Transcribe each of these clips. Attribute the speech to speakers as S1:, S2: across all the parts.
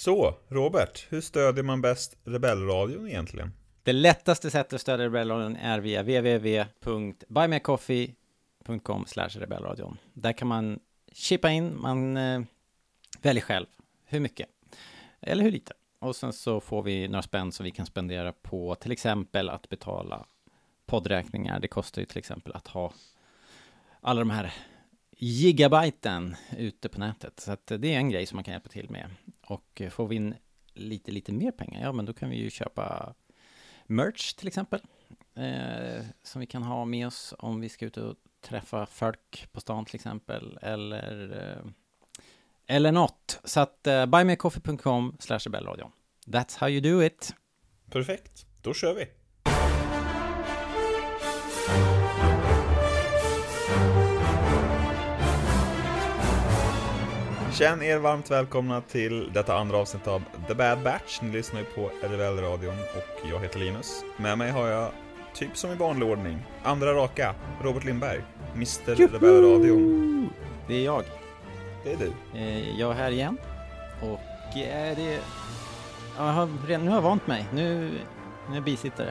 S1: Så, Robert, hur stödjer man bäst Rebellradion egentligen?
S2: Det lättaste sättet att stödja Rebellradion är via www.buymeacoffee.com/rebellradion. Där kan man chippa in, man väljer själv hur mycket eller hur lite. Och sen så får vi några spänn som vi kan spendera på till exempel att betala poddräkningar. Det kostar ju till exempel att ha alla de här gigabyten ute på nätet. Så att det är en grej som man kan hjälpa till med. Och får vi in lite mer pengar, ja men då kan vi ju köpa merch till exempel. Som vi kan ha med oss om vi ska ut och träffa folk på stan till exempel. Eller något. Så att buymeacoffee.com/rebellradion. That's how you do it.
S1: Perfekt, då kör vi. Känn er varmt välkomna till detta andra avsnitt av The Bad Batch. Ni lyssnar ju på Rebellradion och jag heter Linus. Med mig har jag, typ som i vanlig ordning, andra raka, Robert Lindberg, Mr. Rebellradion.
S2: Det är jag.
S1: Det är du.
S2: Jag är här igen. Och nu har jag vant mig. Nu är jag bisittare.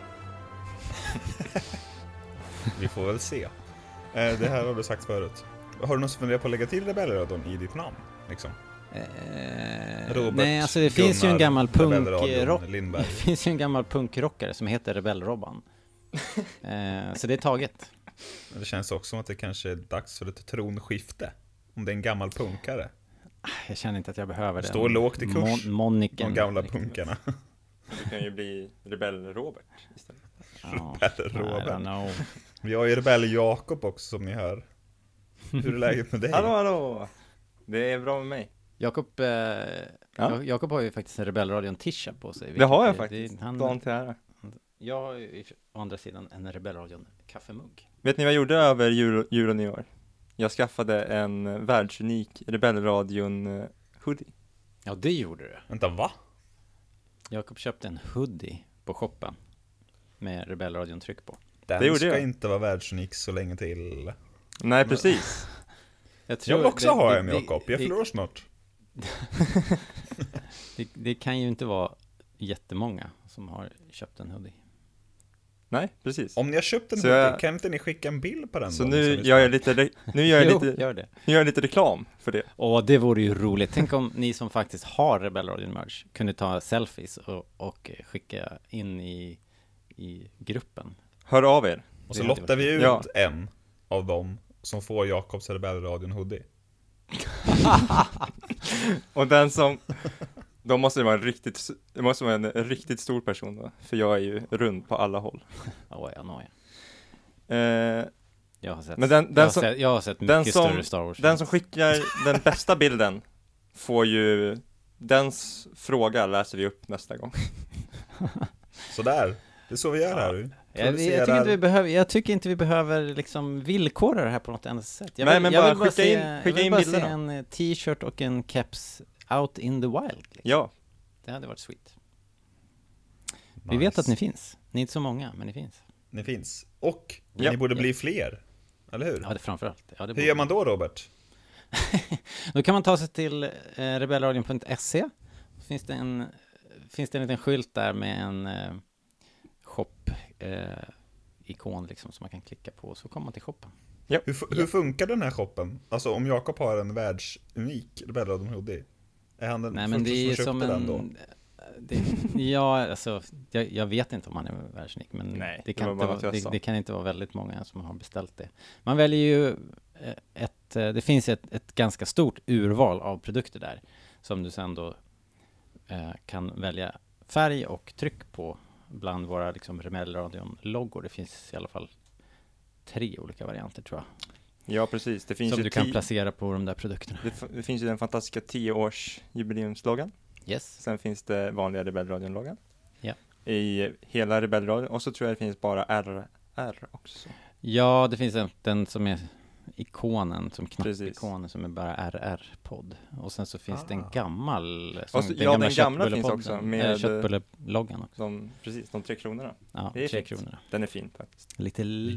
S1: Vi får väl se. Det här har du sagt förut. Har du någonsin funderat på att lägga till Rebellradion i ditt namn? Liksom? Robert,
S2: nej, alltså det
S1: Gunnar,
S2: finns ju en gammal
S1: Lindberg.
S2: Det finns ju en gammal punkrockare som heter Rebellrobban. Så det är taget.
S1: Det känns också som att det kanske är dags för ett tronskifte. Om det är en gammal punkare.
S2: Jag känner inte att jag behöver det.
S1: Står lågt i kurs.
S2: Moniken.
S1: De gamla punkarna.
S3: Det kan ju bli Rebell-Robert istället.
S1: Rebell-Robert. Vi har ju Rebell-Jakob också som ni hör. Hur är läget med dig?
S3: Hallå! Det är bra med mig.
S2: Jakob har ju faktiskt en Rebellradion-tisha på sig.
S3: Det har jag faktiskt. Dan till ära.
S2: Jag har ju å andra sidan en Rebellradion-kaffemugg.
S3: Vet ni vad jag gjorde över jul och nyår? Jag skaffade en världsunik Rebellradion-hoodie.
S2: Ja, det gjorde du.
S1: Vänta, va?
S2: Jakob köpte en hoodie på shoppen med Rebellradion-tryck på.
S1: Den ska inte vara världsunik så länge till.
S3: Nej, precis.
S1: Jag vill också ha en, Jakob. Jag förlorar snart.
S2: det kan ju inte vara jättemånga som har köpt en hoodie.
S3: Nej, precis.
S1: Om ni har köpt en hoodie, kan inte ni skicka en bild på den?
S3: Så nu gör jag lite reklam för det.
S2: Och det vore ju roligt. Tänk om ni som faktiskt har Rebellradion merch kunde ta selfies och skicka in i gruppen.
S3: Hör av er.
S1: Och så lottar vi ut en av dem som får Jakobs Rebellradion hoodie.
S3: Och den som då måste det vara en riktigt stor person då, för jag är ju rund på alla håll.
S2: Jag har sett.
S3: Men
S2: jag har sett mycket större Star Wars.
S3: Den som skickar den bästa bilden får ju dens fråga läser vi upp nästa gång.
S1: Sådär. Det är så vi gör här.
S2: Jag tycker inte vi behöver liksom villkora det här på något annat sätt. Jag vill bara se en t-shirt och en caps out in the wild. Liksom.
S3: Ja.
S2: Det hade varit sweet. Nice. Vi vet att ni finns. Ni är inte så många, men ni finns.
S1: Ni finns. Och ni borde bli fler. Eller hur?
S2: Ja, det framförallt. Ja,
S1: hur gör man då, Robert?
S2: Då kan man ta sig till rebellradion.se. Finns det en liten skylt där med en shop-ikon liksom, som man kan klicka på, så kommer man till shoppen.
S1: Ja. Hur funkar den här shoppen? Alltså om Jakob har en världsunik Rebellradion hoodie, är han den första som köpte den då?
S2: Jag vet inte om han är världsunik, men det kan inte vara väldigt många som har beställt det. Man väljer ju det finns ett ganska stort urval av produkter där som du sen då kan välja färg och tryck på bland våra liksom Rebellradion-loggor. Det finns i alla fall 3 olika varianter, tror jag.
S3: Ja, precis. Det finns
S2: som du kan placera på de där produkterna.
S3: Det finns ju den fantastiska 10-års jubileumsloggan.
S2: Yes.
S3: Sen finns det vanliga Rebellradion-loggan.
S2: Ja.
S3: I hela Rebellradion. Och så tror jag det finns bara RR också.
S2: Ja, det finns den som är ikonen, som knappikonen, som är bara RR-podd. Och sen så finns det en gammal
S3: den gamla finns också med
S2: köttbulleloggan också.
S3: Precis, de 3 kronorna.
S2: Ja,
S3: det är
S2: 3 kronorna.
S3: Den är fin faktiskt.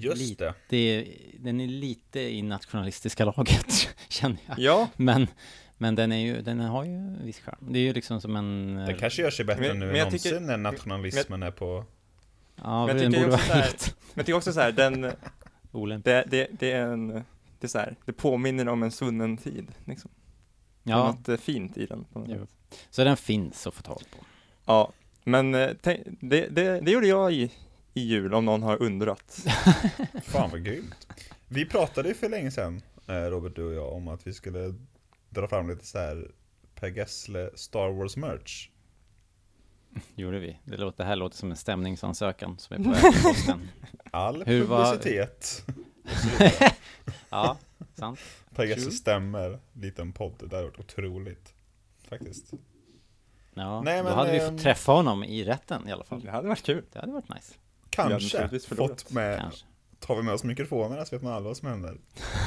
S2: Den är lite i nationalistiska laget, känner jag.
S3: Ja.
S2: Men den har ju en viss charm. Det är ju liksom som en...
S1: Det kanske gör sig bättre nu än
S3: jag
S1: någonsin
S3: tycker-
S1: när nationalismen är på...
S2: Ja,
S3: Men jag
S2: den
S3: tycker
S2: borde
S3: också
S2: vara
S3: så här-
S2: helt
S3: Men jag tycker också så här, den,
S2: olämplig.
S3: det är en, det är så här, det påminner om en svunnen tid, liksom. Det är
S2: Ja,
S3: något fint i den. På något
S2: Jo.
S3: sätt.
S2: så den finns att få tag på.
S3: Ja, men det gjorde jag i jul, om någon har undrat.
S1: Fan vad grymt. Vi pratade ju för länge sedan, Robert, du och jag, om att vi skulle dra fram lite så här Per Gessle Star Wars merch.
S2: Gjorde vi. Det här låter som en stämningsansökan som är på väg till posten.
S1: All
S2: Hur var-
S1: publicitet.
S2: Ja, sant.
S1: Per Gessle stämmer, liten podd. Det där har varit otroligt. Faktiskt.
S2: Ja,
S1: Nej,
S2: då
S1: men,
S2: hade vi fått träffa honom i rätten i alla fall.
S3: Det hade varit kul.
S2: Det hade varit nice.
S3: hade
S1: Kanske
S3: naturligtvis förlorat.
S1: fått med...
S2: Kanske.
S1: Tar vi med oss mikrofonerna så vet man aldrig vad som händer.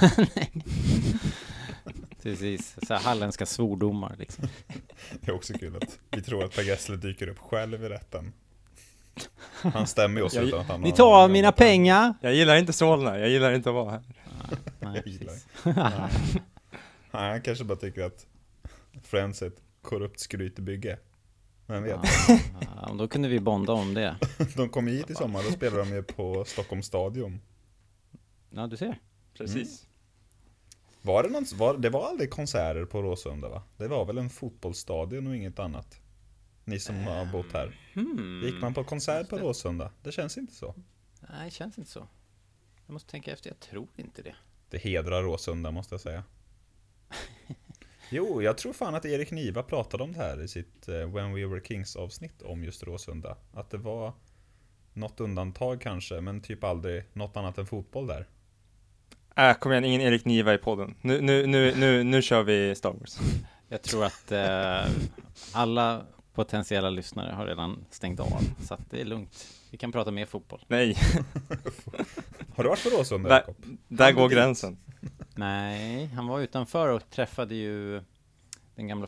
S2: Precis. Så här halländska svordomar liksom.
S1: Det är också kul att vi tror att Per Gessle dyker upp själv i rätten. Han stämmer ju oss
S3: Jag-
S1: utan att han
S2: Ni
S1: har
S2: tar
S1: någon
S2: av mina
S1: gammal-
S2: pengar!
S3: Jag gillar inte Solna, jag gillar inte att vara här.
S2: Nej,
S1: Gillar.
S2: precis.
S1: Nej, han kanske bara tycker att Friends är ett korrupt skrytebygge. Men vet.
S2: Ja, då kunde vi bonda om det.
S1: De kom hit i sommar, då spelar de ju på Stockholms stadion.
S2: Ja, du ser.
S3: Precis.
S1: Var det det var aldrig konserter på Råsunda, va? Det var väl en fotbollsstadion och inget annat. Ni som har bott här. Gick man på konsert på Råsunda? Det känns inte så.
S2: Nej, det känns inte så. Jag måste tänka efter, jag tror inte det.
S1: Det hedrar Råsunda, måste jag säga. Jo, jag tror fan att Erik Niva pratade om det här i sitt When We Were Kings avsnitt om just Råsunda. Att det var något undantag kanske, men typ aldrig något annat än fotboll där.
S3: Kom igen, ingen Erik Niva i podden. Nu kör vi Star Wars.
S2: Jag tror att alla potentiella lyssnare har redan stängt av, så att det är lugnt. Vi kan prata mer fotboll.
S3: Nej,
S1: Har du varit på Råsunda,
S3: Där-
S1: Jakob?
S3: där går
S1: dit.
S3: gränsen.
S2: Nej, han var utanför och träffade ju den gamla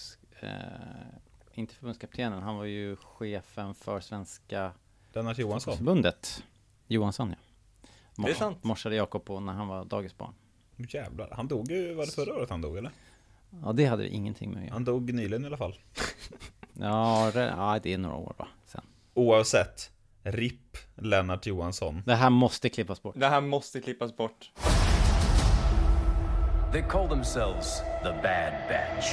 S2: inte förbundskaptenen, han var ju chefen för Svenska
S1: Lennart Johansson.
S2: förbundet. Johansson, ja.
S3: Det är sant.
S2: Morsade Jakob på när han var dagisbarn.
S1: Jävlar, han dog ju, var det förra året han dog eller?
S2: Ja, det hade det ingenting med att göra.
S1: Han dog nyligen i alla fall.
S2: Ja, det är några år va, sen.
S1: Oavsett, RIP Lennart Johansson.
S2: Det här måste klippas bort.
S3: Det här måste klippas bort.
S4: They call themselves the Bad Batch.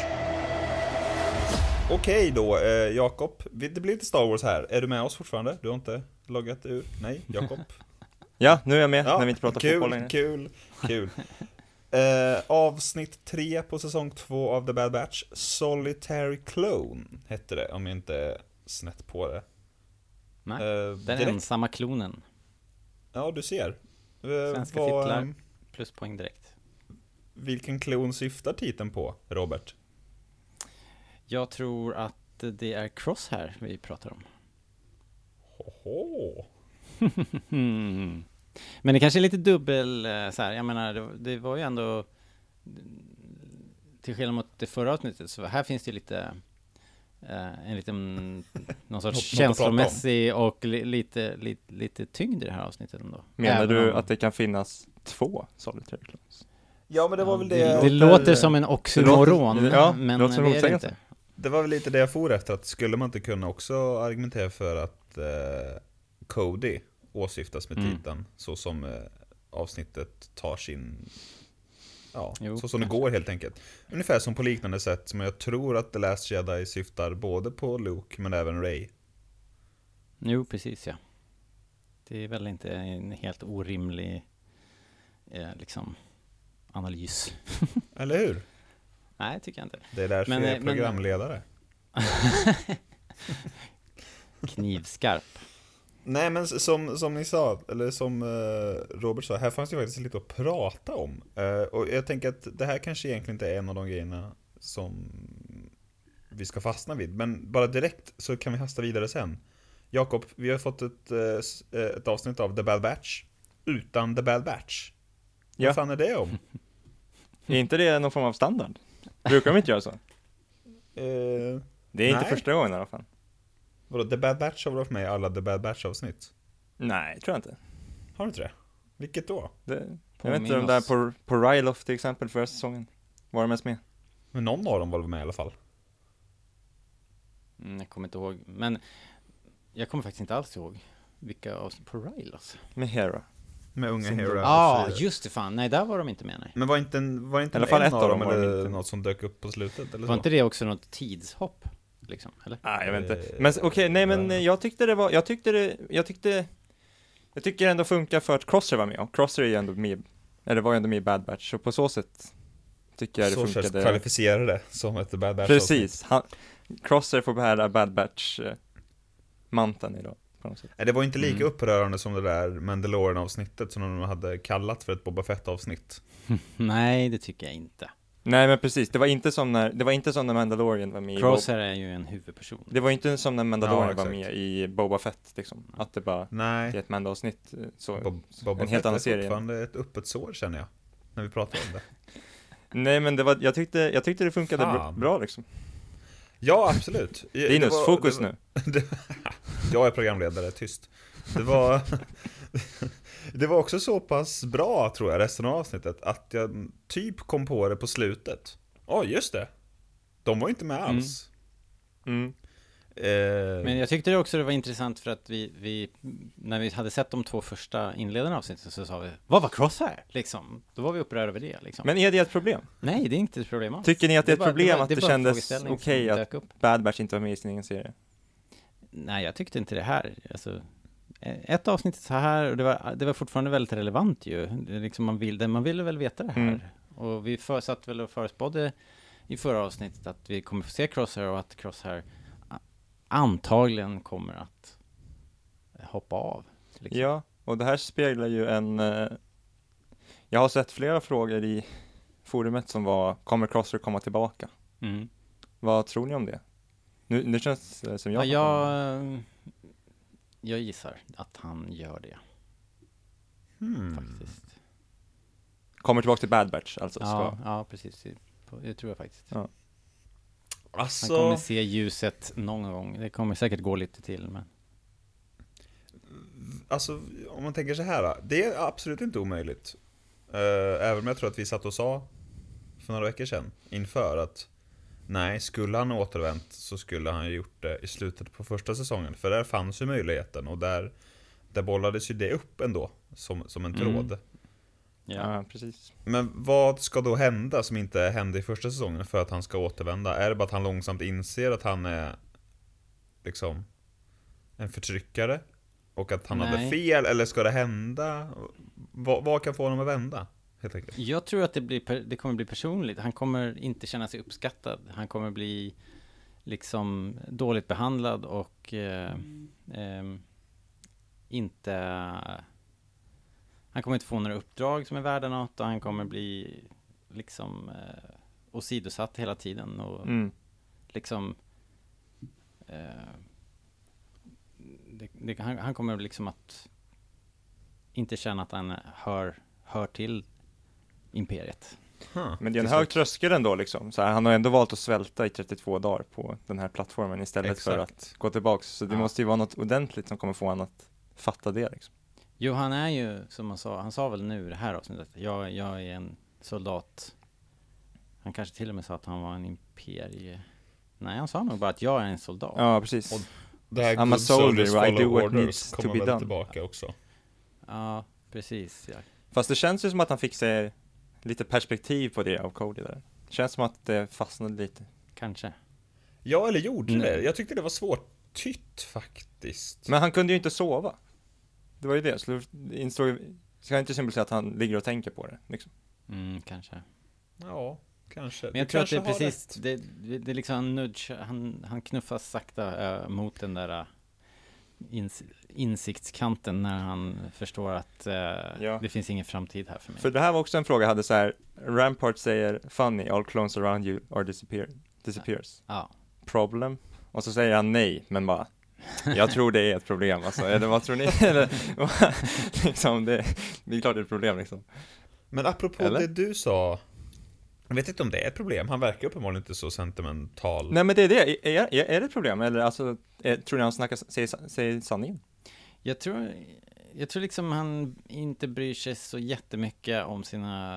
S1: Okej då, Jakob. Det blir lite Star Wars här. Är du med oss fortfarande? Du har inte loggat ur? Nej, Jakob.
S3: Ja, nu är jag med när vi inte pratar fotboll
S1: kul,
S3: längre.
S1: kul. Avsnitt 3 på säsong 2 av The Bad Batch. Solitary Clone hette det, om jag inte är snett på det.
S2: Nej, den
S1: direkt.
S2: ensamma klonen.
S1: Ja, du ser.
S2: Svenska titlar. Pluspoäng direkt.
S1: Vilken klon syftar titeln på, Robert?
S2: Jag tror att det är Crosshair vi pratar om.
S1: Hoho.
S2: Men det kanske är lite dubbel så här. Jag menar, det var ju ändå till skillnad mot det förra avsnittet, så här finns det ju lite en liten någon sorts
S1: Något att
S2: känslomässig och lite tyngd i det här avsnittet ändå.
S3: Menar
S2: Även
S3: du
S2: om-
S3: att det kan finnas 2 Solitary Clones?
S1: Ja, men det var väl
S2: det låter som en oxymoron,
S3: det låter- ja,
S2: men
S3: det låter som
S2: det är det
S3: motsägelse.
S2: inte.
S1: Det var väl lite det jag for efter, att skulle man inte kunna också argumentera för att Cody åsyftas med titeln, så som avsnittet tar sin, ja,
S2: Jo,
S1: så som det
S2: kanske.
S1: går helt enkelt. Ungefär som på liknande sätt som jag tror att The Last Jedi syftar både på Luke men även Rey.
S2: Jo, precis ja. Det är väl inte en helt orimlig liksom analys.
S1: Eller hur?
S2: Nej, tycker jag inte.
S1: Det är därför
S2: Men,
S1: jag är
S2: men-
S1: programledare.
S2: Knivskarp.
S1: Nej, men som ni sa, eller som Robert sa, här fanns det faktiskt lite att prata om. Och jag tänker att det här kanske egentligen inte är en av de grejerna som vi ska fastna vid. Men bara direkt så kan vi hasta vidare sen. Jakob, vi har fått ett avsnitt av The Bad Batch utan The Bad Batch.
S3: Ja.
S1: Vad fan är det om?
S3: Är inte det någon form av standard? Brukar de inte göra så? Det är inte
S1: Nej.
S3: första gången i alla fall.
S1: Vadå, The Bad Batch har varit med i alla The Bad Batch-avsnitt?
S3: Nej, tror jag inte.
S1: Har du inte det? Vilket då?
S3: Jag vet inte, de där på Ryloth till exempel förra säsongen. Var de ens med?
S1: Men någon av dem var väl med i alla fall.
S2: Jag kommer inte ihåg, men jag kommer faktiskt inte alls ihåg vilka avsnitt på Rylos.
S3: Med Hera.
S1: Med unga
S3: Som
S1: Hera.
S2: Ja, just det fan. Nej, där var de inte med, nej.
S1: Men var inte
S3: I alla fall
S1: en
S3: ett av dem var
S1: eller
S3: inte.
S1: något som dök upp på slutet? Eller
S2: Var
S1: så?
S2: inte det också något tidshopp? Liksom, eller?
S3: Nej, jag vet inte. Men okej, nej men jag tycker det ändå funkar för att Crosser var med. Och Crosser är ju ändå med, eller var ju ändå med i Bad Batch. Så på så sätt tycker jag det
S1: Så
S3: funkade.
S1: kvalificerade som ett Bad Batch.
S3: Precis. Crosser får bära Bad Batch manteln idag. På något sätt.
S1: Det var inte lika upprörande som det där Mandalorian-avsnittet som de hade kallat för ett Boba Fett-avsnitt.
S2: Nej, det tycker jag inte.
S3: Nej men precis, det var inte som när Mandalorian var med
S2: Crosshair är ju en huvudperson.
S3: Det var inte som när Mandalorian
S1: Ja,
S3: var
S1: exakt.
S3: med i Boba Fett liksom. Att det bara
S1: Nej,
S3: är ett Mando-avsnitt så,
S1: Boba
S3: en helt
S1: Fett
S3: annan
S1: är
S3: serie.
S1: fortfarande ett öppet sår känner jag. När vi pratar om det.
S3: Nej men jag tyckte det funkade
S1: Fan.
S3: bra liksom.
S1: Ja, absolut.
S3: Linus, fokus nu.
S1: Jag är programledare, tyst. Det var också så pass bra, tror jag, resten av avsnittet, att jag typ kom på det på slutet. Just det. De var inte med alls.
S2: Men jag tyckte det också det var intressant för att vi när vi hade sett de 2 första inledande avsnitten så sa vi, vad var Crosshair? Liksom. Då var vi upprörda över det liksom.
S3: Men är det ett problem?
S2: Nej, det är inte ett problem alls.
S3: Tycker ni att det är ett
S2: bara-
S3: problem
S2: var-
S3: att det
S2: bara en
S3: kändes
S2: frågeställning som
S3: okej att
S2: dök upp.
S3: Bad Batch inte var med i sin egen serie?
S2: Nej, jag tyckte inte det här. Alltså, ett avsnitt så här, och det var fortfarande väldigt relevant ju. Det är liksom man ville väl veta det här. Och vi satt väl och förespådde i förra avsnittet att vi kommer få se Crosshair och att Crosshair antagligen kommer att hoppa av. Liksom.
S3: Ja, och det här speglar ju jag har sett flera frågor i forumet som var, kommer Crosser komma tillbaka?
S2: Mm.
S3: Vad tror ni om det? Nu känns det som
S2: Jag gissar att han gör det faktiskt.
S3: Kommer tillbaka till Bad Batch alltså?
S2: Ja, precis. Det tror jag faktiskt.
S3: Ja.
S1: Alltså,
S2: Han kommer se ljuset någon gång. Det kommer säkert gå lite till, men
S1: alltså, om man tänker så här, det är absolut inte omöjligt. Även om jag tror att vi satt och sa för några veckor sedan inför att nej, skulle han återvänt så skulle han ju gjort det i slutet på första säsongen. För där fanns ju möjligheten och där bollades ju det upp ändå som en tråd.
S3: Ja, precis.
S1: Men vad ska då hända som inte hände i första säsongen för att han ska återvända? Är det bara att han långsamt inser att han är liksom en förtryckare och att han hade fel, eller ska det hända? Vad kan få honom att vända, helt enkelt?
S2: jag tror att det kommer bli personligt. Han kommer inte känna sig uppskattad. Han kommer bli liksom dåligt behandlad och han kommer inte få några uppdrag som är värda något och han kommer bli liksom åsidosatt hela tiden och liksom han kommer liksom att inte känna att han hör till imperiet.
S3: Men det är en hög tröskel ändå liksom. Så här, han har ändå valt att svälta i 32 dagar på den här plattformen istället för att gå tillbaks. Så det måste ju vara något ordentligt som kommer få han att fatta det liksom.
S2: Jo, han är ju, som han sa väl nu i det här avsnittet, jag är en soldat. Han kanske till och med sa att han var en imperie. Nej, han sa nog bara att jag är en soldat.
S3: Ja, precis.
S1: Och det här
S3: I'm a
S1: good
S3: soldier,
S1: service,
S3: I do
S1: follow
S3: what
S1: orders
S3: needs to
S1: kommer
S3: be
S1: väl
S3: done.
S1: tillbaka också.
S2: Ja, precis. Ja.
S3: Fast det känns ju som att han fick se lite perspektiv på det av Cody där. Det känns som att det fastnade lite.
S2: Kanske.
S1: Ja, eller gjorde det? Jag tyckte det var svårt tytt faktiskt.
S3: Men han kunde ju inte sova. Det var ju det. Så det insåg, ska inte symbolisera att han ligger och tänker på det liksom.
S2: Kanske.
S1: Ja, kanske.
S2: Men jag tror att det är precis, det är liksom en nudge, han knuffas sakta mot den där insiktskanten när han förstår att det finns ingen framtid här för mig.
S3: För det här var också en fråga jag hade så här: Rampart säger funny, all clones around you are disappears.
S2: Ja.
S3: Problem? Och så säger han nej, men bara jag tror det är ett problem alltså. Eller vad tror ni? Eller, liksom, det är klart det är ett problem liksom.
S1: Men apropå det du sa, jag vet inte om det är ett problem. Han verkar uppenbarligen inte så sentimental.
S3: Nej, men det är det. Är det ett problem? Eller alltså, tror ni han säger sanningen?
S2: Jag tror liksom han inte bryr sig så jättemycket om sina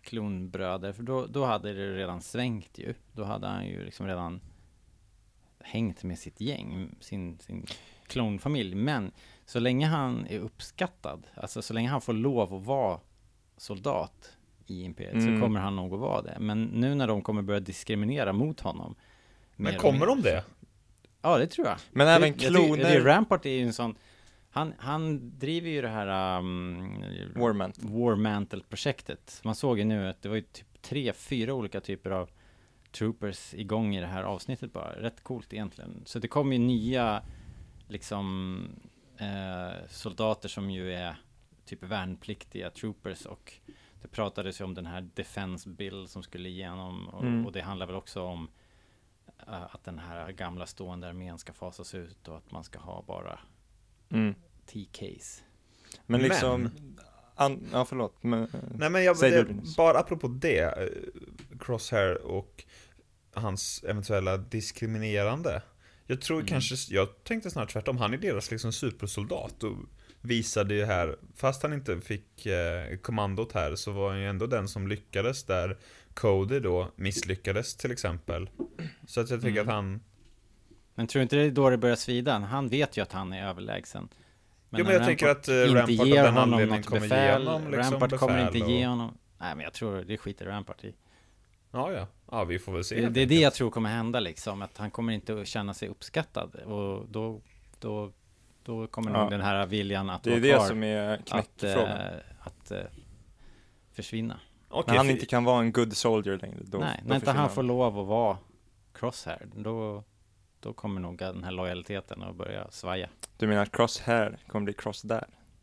S2: klonbröder, för då hade det redan svängt ju. Då hade han ju liksom redan hängt med sitt gäng, sin klonfamilj. Men så länge han är uppskattad, alltså så länge han får lov att vara soldat i Imperiet, så kommer han nog att vara det. Men nu när de kommer börja diskriminera mot honom.
S1: Men kommer de det?
S2: Ja, det tror jag.
S3: Men även kloner...
S2: Rampart är ju en sån... Han driver ju det här
S3: War
S2: Mantle-projektet. Man såg ju nu att det var ju typ 3-4 olika typer av troopers igång i det här avsnittet bara. Rätt coolt egentligen. Så det kommer ju nya liksom soldater som ju är typ värnpliktiga troopers, och det pratades ju om den här defense bill som skulle igenom, och det handlar väl också om att den här gamla stående armén ska fasas ut och att man ska ha bara TKs.
S3: Men liksom ja, förlåt. Men,
S1: nej, men bara apropå det, Crosshair och hans eventuella diskriminerande. Jag tror jag tänkte snart tvärtom. Han är deras liksom supersoldat och visade ju här, fast han inte fick kommandot här, så var han ju ändå den som lyckades där Cody då misslyckades till exempel. Så att jag tycker att han...
S2: Men tror inte det är då det börjar svida? Han vet ju att han är överlägsen.
S1: Men jag tänker att Rampart av den anledningen kommer ge honom liksom
S2: Rampart kommer inte ge honom... Nej, men jag tror det skiter Rampart i.
S1: Ja, vi får väl se.
S2: Det är det jag tror kommer hända liksom, att han kommer inte att känna sig uppskattad, och då kommer nog den här viljan att
S3: det är det som är knäckfrågan,
S2: att försvinna.
S3: När han inte kan vara en good soldier längre,
S2: när inte han får lov att vara Crosshair, då kommer nog den här lojaliteten att börja svaja.
S3: Du menar att Crosshair kommer bli cross där?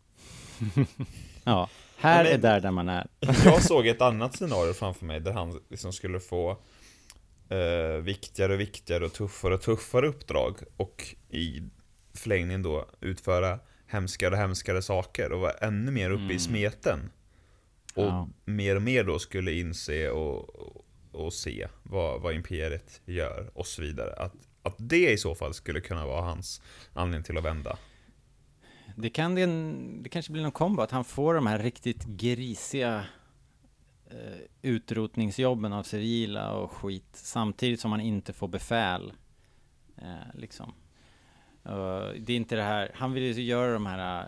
S2: Ja, här är där man är.
S1: Jag såg ett annat scenario framför mig där han liksom skulle få viktigare och viktigare och tuffare uppdrag, och i förlängningen då utföra hemskare saker och vara ännu mer uppe i smeten. Och mer då skulle inse och se vad imperiet gör och så vidare. Att det i så fall skulle kunna vara hans anledning till att vända.
S2: Det kanske blir någon kombo, att han får de här riktigt grisiga utrotningsjobben av civila och skit, samtidigt som han inte får befäl liksom. Det är inte det här, han vill ju göra de här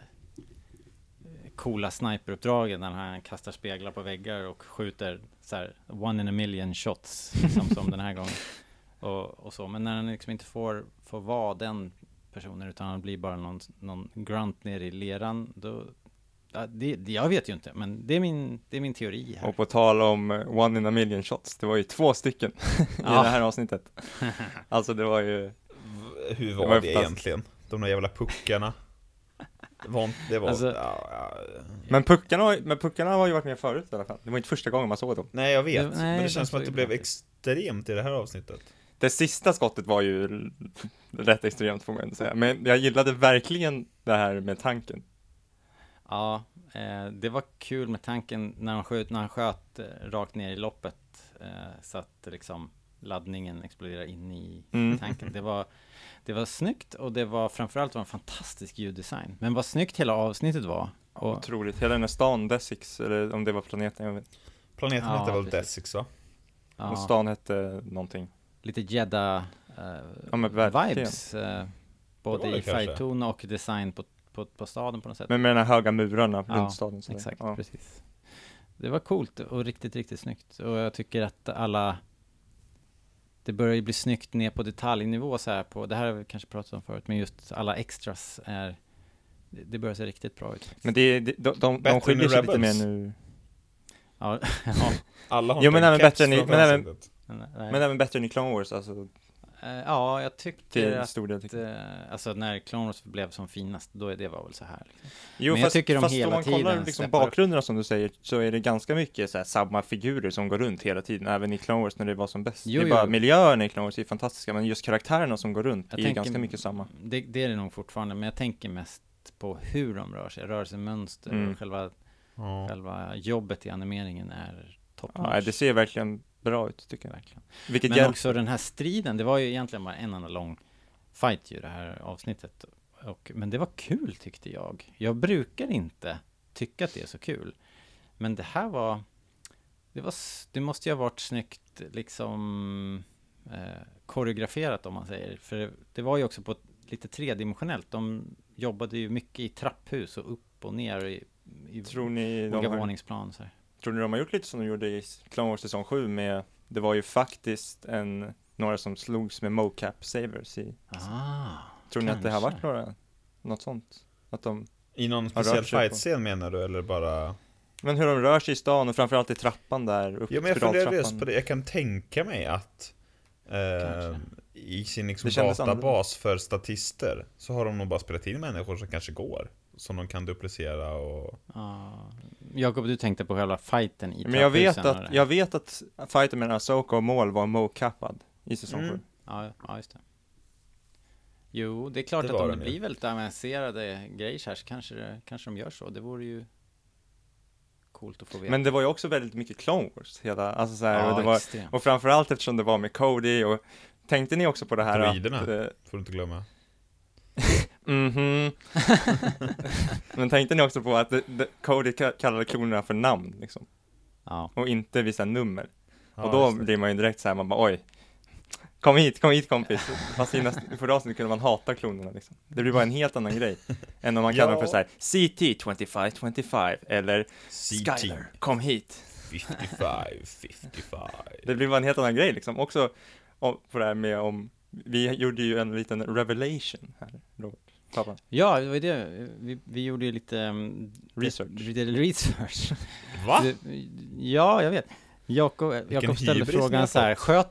S2: coola sniperuppdragen när han kastar speglar på väggar och skjuter så här 1 in a million shots som den här gången och så, men när han liksom inte får vara den personen, utan han blir bara någon grunt ner i leran, då jag vet ju inte, men det är min teori här.
S3: Och på tal om 1 in a million shots, det var ju 2 stycken i det här avsnittet. Alltså det var ju...
S1: Hur var det egentligen? De där jävla puckarna. Det var
S2: alltså,
S3: Men puckarna har ju varit med förut i alla fall. Det var inte första gången man såg dem.
S1: Nej, jag vet. Men det känns som att det blev extremt i det här avsnittet.
S3: Det sista skottet var ju rätt extremt, får man ändå säga. Men jag gillade verkligen det här med tanken.
S2: Ja, det var kul med tanken när han sköt rakt ner i loppet, så att liksom laddningen exploderar in i tanken. Det var snyggt, och det var framförallt en fantastisk ljuddesign. Men vad snyggt hela avsnittet var.
S3: Otroligt. Hela den här stan, Desix, eller om det var planeten, jag vet.
S1: Planeten hette väl Desix, va?
S3: Ja. Och stan hette någonting.
S2: Lite Jeddah vibes. Både i färgton och design på staden på något sätt.
S3: Men med de här höga murarna runt staden. Så
S2: exakt, precis. Det var coolt och riktigt, riktigt snyggt. Och jag tycker att det börjar ju bli snyggt ner på detaljnivå så här på, det här har vi kanske pratat om förut, men just alla extras det börjar se riktigt bra ut.
S3: Men de skiljer sig lite mer nu.
S2: Ja.
S1: Alla har
S3: men även bättre än i Clone Wars, alltså.
S2: Ja, jag tyckte att
S3: alltså
S2: när Clone Wars blev som finast, då det var väl så här liksom.
S3: Jo, men fast om man kollar liksom bakgrunderna som du säger, så är det ganska mycket så här, samma figurer som går runt hela tiden, även i Clone Wars när det var som bäst. Det är bara miljöerna i Clone Wars är fantastiska, men just karaktärerna som går runt är ganska mycket samma.
S2: Det är det nog fortfarande, men jag tänker mest på hur de rörelsemönster och själva jobbet i animeringen är toppnotch.
S3: Ja, det ser verkligen bra ut, tycker jag verkligen.
S2: Men också den här striden, det var ju egentligen bara en enda lång fight ju, det här avsnittet. Men det var kul, tyckte jag. Jag brukar inte tycka att det är så kul. Men det här var Det måste ju ha varit snyggt liksom koreograferat om man säger. För det var ju också på ett lite tredimensionellt. De jobbade ju mycket i trapphus och upp och ner i
S3: tror ni
S2: olika våningsplan. Så här.
S3: Tror ni de har gjort lite som de gjorde i Clone Wars säsong 7 med, det var ju faktiskt några som slogs med mocap savers i. Tror ni att det har varit något sånt? Att de
S1: i någon speciell fight-scen menar du, eller bara...
S3: Men hur de rör sig i stan och framförallt i trappan där uppe.
S1: Ja, men jag funderar just på det. Jag kan tänka mig att i sin liksom databas för statister så har de nog bara spelat in människor som kanske går, som de kan duplicera och...
S2: Jakob, du tänkte på själva fighten i
S3: men jag vet att fighten mellan Ahsoka och Maul var mocappad i säsong 7.
S2: Ja, just det. Jo, det är klart att om det blir väldigt avancerade grejer så här så kanske de gör så. Det vore ju coolt att få veta.
S3: Men det var ju också väldigt mycket Clone Wars alltså så här, och det var, och framförallt eftersom det var med Cody, och tänkte ni också på det här
S1: droiderna, får du inte glömma.
S3: Men tänkte ni också på att Cody kallade klonerna för namn liksom. Och inte vissa nummer. Och då blir man ju direkt så här, man bara oj, kom hit kompis. Fast i förra avsnittet kunde man hata klonerna liksom. Det blir bara en helt annan grej än om man kallar dem för så här CT-2525 eller Skyler, kom hit
S1: 55.
S3: Det blir bara en helt annan grej liksom. Också på det här med om vi gjorde ju en liten revelation här, Robert. Pappa.
S2: Ja, det var det. Vi gjorde ju lite research.
S1: Va?
S2: Ja, jag vet. Jakob ställde frågan så här: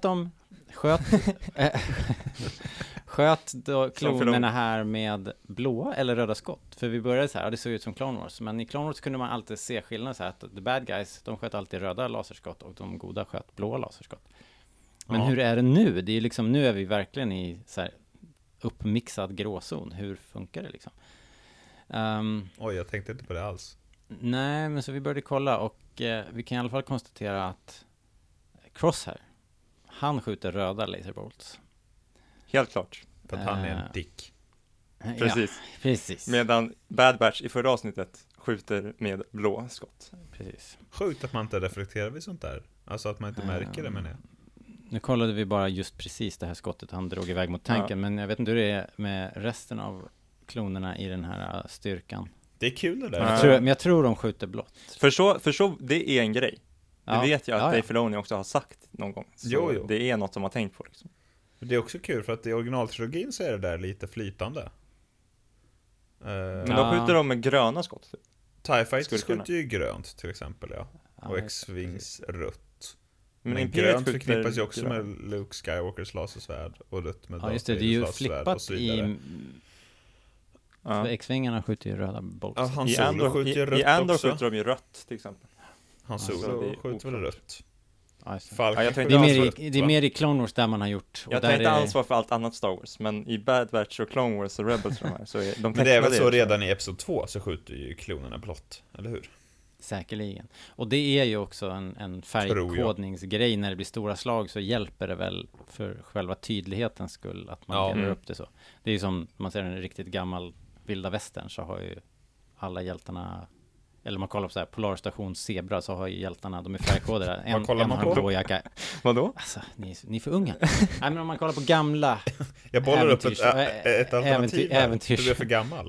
S2: sköt då klonerna här med blåa eller röda skott? För vi började så här, det såg ut som Clone Wars, men i Clone Wars kunde man alltid se skillnad så här, att the bad guys, de sköt alltid röda laserskott och de goda sköt blåa laserskott. Men hur är det nu? Det är liksom, nu är vi verkligen i så här uppmixad gråzon. Hur funkar det liksom?
S1: Oj, jag tänkte inte på det alls.
S2: Nej, men så vi började kolla och vi kan i alla fall konstatera att Crosshair, han skjuter röda laserbolts.
S3: Helt klart.
S1: För att han är en dick.
S3: Precis.
S2: Ja, precis.
S3: Medan Bad Batch i förra avsnittet skjuter med blå skott.
S2: Precis.
S1: Sjukt att man inte reflekterar vid sånt där. Alltså att man inte märker det, men
S2: Nu kollade vi bara just precis det här skottet han drog iväg mot tanken, men jag vet inte hur det är med resten av klonerna i den här styrkan.
S1: Det är kul det där.
S2: Men jag tror de skjuter blått.
S3: För så det är en grej. Det vet jag att Dave Filoni också har sagt någon gång. Så
S1: jo.
S3: Det är något som man har tänkt på liksom.
S1: Det är också kul för att i originaltrilogin så är det där lite flytande.
S3: Men då skjuter de med gröna skott typ.
S1: TIE Fighter skjuter ju grönt till exempel, och X-Wings rött. Men grönt förknippas ju också med Luke Skywalkers lasersvärd och rött med
S2: just det är ju flippat i X-Vingarna skjuter ju röda bolts.
S1: Ja, Han Solo skjuter ju rött också.
S3: I Andor skjuter de ju rött till exempel.
S1: Han Solo skjuter väl rött.
S2: Det är mer i Clone Wars där man har gjort.
S3: Jag tar inte ansvar för allt annat Star Wars, men i Bad Batch och Clone Wars och Rebels de här, så är de.
S1: Men det är väl så redan i Episod 2 så skjuter ju klonerna blått, eller hur?
S2: Säkerligen. Och det är ju också en färgkodningsgrej. När det blir stora slag så hjälper det väl för själva tydlighetens skull att man delar upp det så. Det är ju som man ser en riktigt gammal vilda västern, så har ju alla hjältarna, eller man kollar på så här Polarstation Zebra, så har ju hjältarna, de är färgkodade. En har en blå jacka.
S3: Vadå?
S2: Alltså, ni är för unga. Nej, men om man kollar på gamla
S1: jag bollar upp ett alternativ
S2: äventyrs.
S1: Du är för gammal.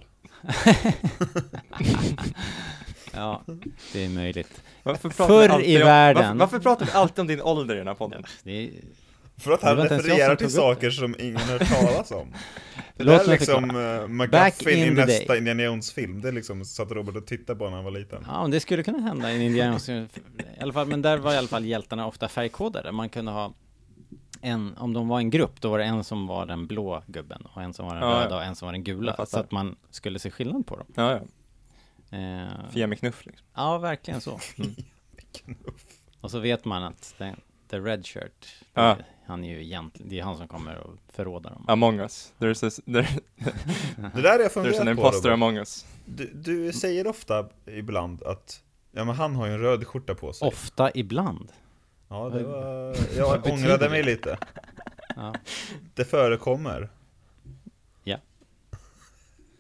S2: Ja, det är möjligt.
S3: Förr i världen. Varför pratar vi alltid om din ålder i den här podden?
S1: För att han refererar till saker som ingen har talas om. Det där är liksom McGuffin i nästa Indiana Jones-film. Det är liksom så att Robert och tittade på när han var liten.
S2: Ja, men det skulle kunna hända i en Indiana Jones i alla fall. Men där var i alla fall hjältarna ofta färgkodade. Man kunde ha om de var en grupp, då var det en som var den blå gubben och en som var den röda och en som var den gula. Så att man skulle se skillnad på dem.
S3: Ja. Fia med knuff liksom.
S2: Ja, verkligen så. Och så vet man att the red shirt, han är ju egentligen, det är han som kommer och förråda dem.
S3: Among us.
S1: Det där är jag funderat på.
S3: There's an imposter among us.
S1: Du säger ofta ibland att men han har ju en röd skjorta på sig.
S2: Ofta ibland.
S1: Ja, jag ångrade mig lite.
S2: Ja.
S1: Det förekommer.
S2: Ja.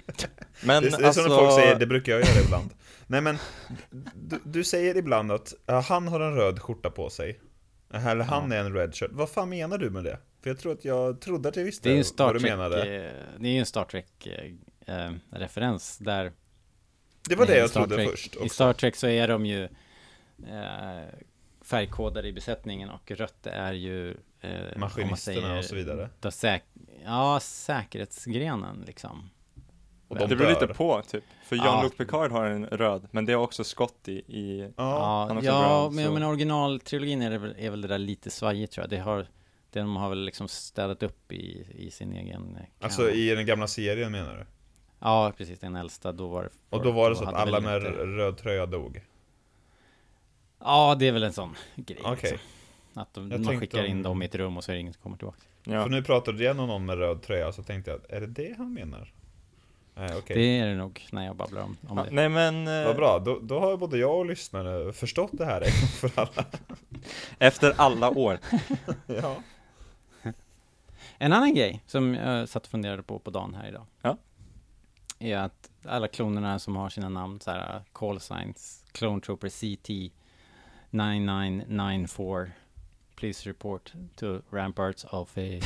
S3: Men
S1: det är som folk säger, det brukar jag göra ibland. Nej men, du säger ibland att han har en röd skjorta på sig. Eller han är en red shirt. Vad fan menar du med det? För jag trodde att jag visste vad du menade.
S2: Det är ju en Star Trek-referens där.
S1: Det var det jag trodde först också. I
S2: Star Trek så är de ju färgkodade i besättningen, och rött är ju
S1: maskinisterna och så vidare.
S2: Säkerhetsgrenen liksom.
S3: Och det beror lite på typ. För Jean-Luc Picard har en röd, men det är också Scott i
S2: men originaltrilogin är väl det där lite svajigt, tror jag. De har väl liksom städat upp i sin egen
S1: Alltså i den gamla serien menar du?
S2: Ja, precis, den äldsta. Då var
S1: det så att alla med röd tröja dog?
S2: Ja, det är väl en sån grej.
S1: Okay.
S2: Liksom. Att man skickar in dem i ett rum och så är det ingen som kommer tillbaka.
S1: Ja. För nu pratade du om någon med röd tröja, så tänkte jag, är det han menar? Nej, okay.
S2: Det är det nog när jag babblar om det.
S3: Nej, men
S1: vad bra, då har både jag och lyssnare förstått det här för alla.
S3: Efter alla år.
S1: Ja.
S2: En annan grej som jag satt och funderade på dagen här idag.
S3: Ja.
S2: Är att alla klonerna som har sina namn, så här call signs, Clone Trooper CT 9994, please report to Ramparts of det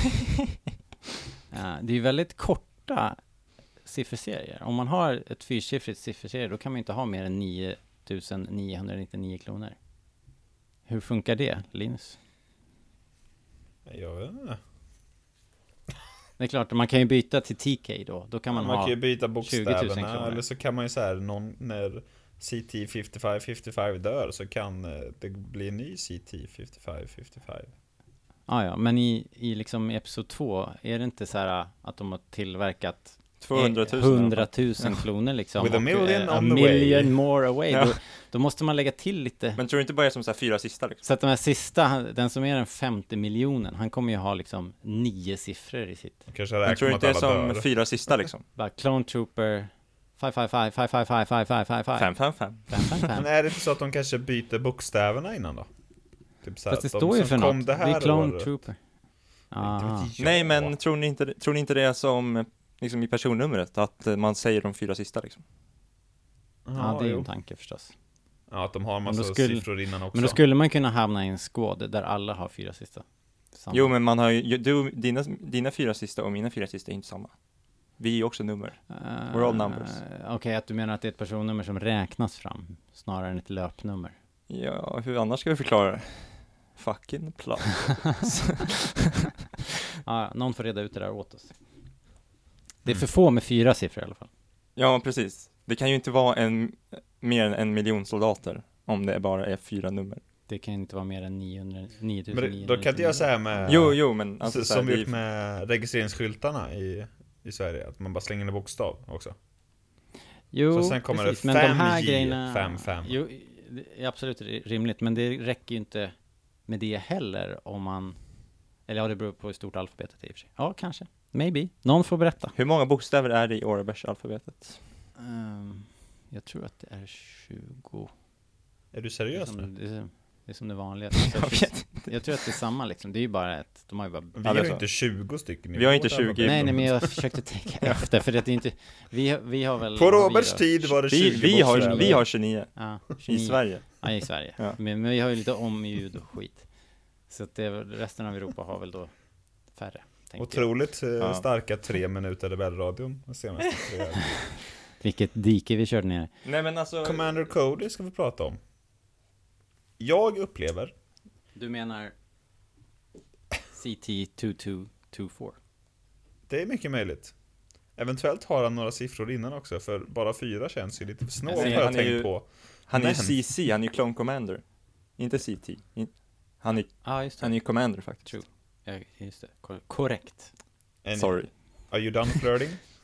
S2: är ju väldigt korta sifferserier. Om man har ett fyrsiffrigt sifferserie, då kan man inte ha mer än 9999 kloner. Hur funkar det, Linus?
S1: Jag vet inte.
S2: Det är klart, man kan ju byta till TK då kan man ha
S1: kan ju byta bokstäverna, eller så kan man ju säga när CT5555 dör, så kan det bli en ny CT5555.
S2: Ja, men i liksom episod 2 är det inte så här att de har tillverkat 100 000 kloner liksom.
S1: With a million
S2: a million more away.
S3: Ja.
S2: Då måste man lägga till lite.
S3: Men tror du inte bara är som så här 4 sista liksom?
S2: Så att de här sista, den som är den 50 miljonen, han kommer ju ha liksom 9 siffror i sitt.
S1: Kanske
S3: jag tror inte det är som 4 sista liksom.
S2: Bara Clone Trooper 555.
S1: Men är det inte så att de kanske byter bokstäverna innan då? Typ så här,
S2: fast det står ju för något. Det är Clone
S1: året.
S2: Trooper.
S3: Nej, men tror ni inte det är som liksom i personnumret, att man säger de 4 sista liksom?
S2: Ja, det är ju en tanke förstås.
S1: Ja, att de har en massa siffror innan också.
S2: Men då skulle man kunna hamna i en skåd där alla har 4 sista.
S3: Samma. Jo, men man har ju, dina 4 sista och mina 4 sista är inte samma. Vi är ju också nummer. We're all numbers.
S2: Okej, att du menar att det är ett personnummer som räknas fram snarare än ett löpnummer.
S3: Ja, hur annars ska vi förklara det? Fucking plats.
S2: Ja, någon får reda ut det där åt oss. Det är för få med 4 siffror i alla fall.
S3: Ja, precis. Det kan ju inte vara mer än 1 miljon soldater om det bara är 4 nummer.
S2: Det kan inte vara mer än 9000.
S1: Men då kan inte jag säga med...
S3: Jo, men... Alltså,
S1: som vi gjort med registreringsskyltarna i Sverige, att man bara slänger en bokstav också.
S2: Jo,
S1: så sen kommer
S2: precis,
S1: det 5
S2: men de här grejerna...
S1: 5.
S2: Jo, det är absolut rimligt, men det räcker ju inte med det heller om man... Eller ja, det beror på hur stort alfabetet är i och för sig. Ja, kanske. Maybe. Någon får berätta.
S3: Hur många bokstäver är det i Aurebesh-alfabetet?
S2: Jag tror att det är 20.
S1: Är du seriös nu?
S2: Det är som det vanliga. Jag tror att det är samma liksom. Det är ju bara ett... De har ju bara...
S1: Vi har ju inte 20 stycken.
S3: Vi har inte 20.
S2: Nej, men jag försökte tänka efter. För att det är inte... Vi har väl...
S1: På Roberts tid var det 20 bokstäver.
S3: Vi har 29.
S2: Ja,
S3: 29. I Sverige.
S2: Ja, i Sverige.
S3: Ja.
S2: Men vi har ju lite omljud och skit. Så att resten av Europa har väl då färre.
S1: Otroligt starka 3 minuter Rebellradion de senaste 3 åren.
S2: Vilket dike vi körde ner.
S3: Nej, men alltså...
S1: Commander Cody ska vi prata om. Jag upplever...
S2: Du menar CT2224?
S1: Det är mycket möjligt. Eventuellt har han några siffror innan också, för bara 4 känns ju lite för snålt, har jag tänkt på.
S3: Han är ju CC, han är ju Clone Commander. Inte CT. Han är ju Commander faktiskt.
S2: True. Ja, just det. Korrekt.
S3: Sorry.
S1: Are you done flirting?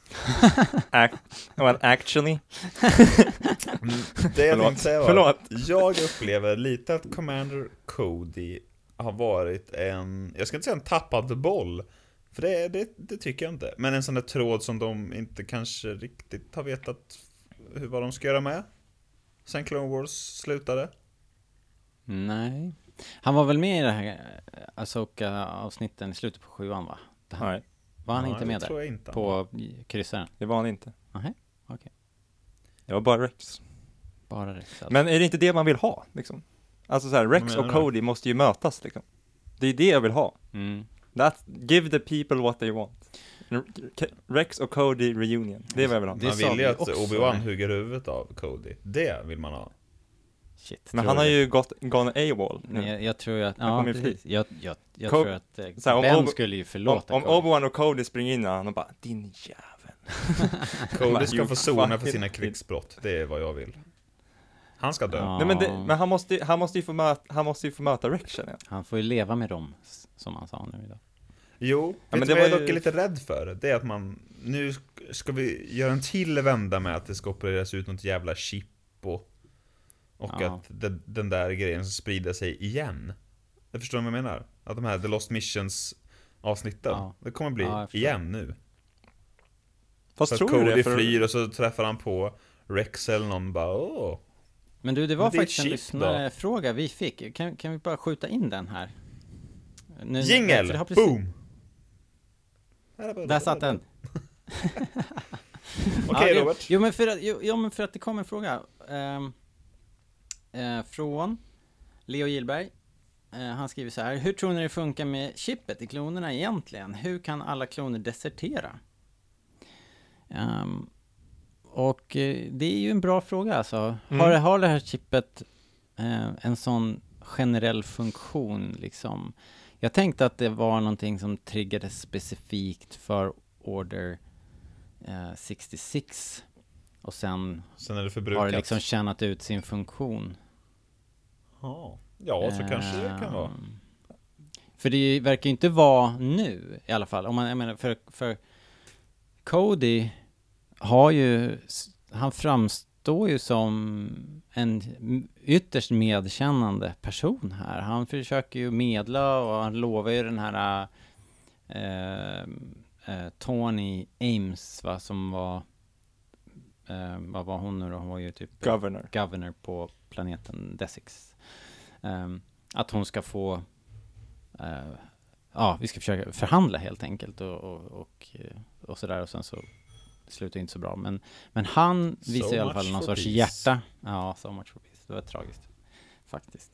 S3: Well, actually.
S1: Det jag tänkte säga var, jag upplever lite att Commander Cody har varit jag ska inte säga en tappad boll, för det tycker jag inte. Men en sån där tråd som de inte kanske riktigt har vetat vad de ska göra med sen Clone Wars slutade.
S2: Nej. Han var väl med i det här Ahsoka-avsnitten i slutet på 7:an, va?
S3: Nej.
S2: Var han inte med där?
S1: Inte.
S2: På kryssaren?
S3: Det var han inte.
S2: Okej. Okay.
S3: Det var bara Rex.
S2: Bara Rex. Alltså.
S3: Men är det inte det man vill ha, liksom? Alltså så här, Rex och Cody måste ju mötas, liksom. Det är det jag vill ha. Give the people what they want. Rex och Cody reunion. Det är vad jag vill ha.
S1: Man vill ju att Obi-Wan hugger huvudet av Cody. Det vill man ha.
S2: Shit,
S3: men han har ju gone AWOL.
S2: Jag tror att jag tror att Ben skulle ju förlåta
S3: om Obi-Wan och Cody springer in och bara din jävel.
S1: Cody ska få sona för sina krigsbrott. Det är vad jag vill. Han ska dö.
S3: Nej, men han måste ju få möta Rex, känner jag.
S2: Han får ju leva med dem, som han sa nu idag.
S1: Jo, men det var jag dock lite rädd för. Det är att man nu ska vi göra en till vända med att det ska opereras ut något jävla chip och att den där grejen sprider sig igen. Jag förstår vad jag menar. Att de här The Lost Missions avsnitten, det kommer bli igen nu.
S3: Fast tror
S1: Cody flyr och så träffar han på Rex eller någon bara
S2: Men du, det var faktiskt en lyssnarfråga vi fick. Kan vi bara skjuta in den här?
S1: Jingle! Boom!
S2: Där satt den.
S1: Okej, Robert.
S2: Jo, men för att det kom en fråga från Leo Gillberg. Han skriver så här: hur tror ni det funkar med chippet i klonerna egentligen? Hur kan alla kloner desertera? Och det är ju en bra fråga alltså. Har det här chippet en sån generell funktion liksom? Jag tänkte att det var någonting som triggades specifikt för Order 66 och sen
S1: är det förbrukat.
S2: Har det liksom tjänat ut sin funktion.
S1: Ja, så kanske det kan vara.
S2: För det verkar ju inte vara nu i alla fall. Om man, jag menar, för Cody han framstår ju som en ytterst medkännande person här. Han försöker ju medla och han lovar ju den här Tony Ames, som var vad var hon nu då? Hon var ju typ governor på planeten Desix. Att hon ska få vi ska försöka förhandla helt enkelt och sådär, och sen så det slutar inte så bra, men han visar i alla fall någon sorts hjärta. Ja, so much for peace. Det var tragiskt faktiskt.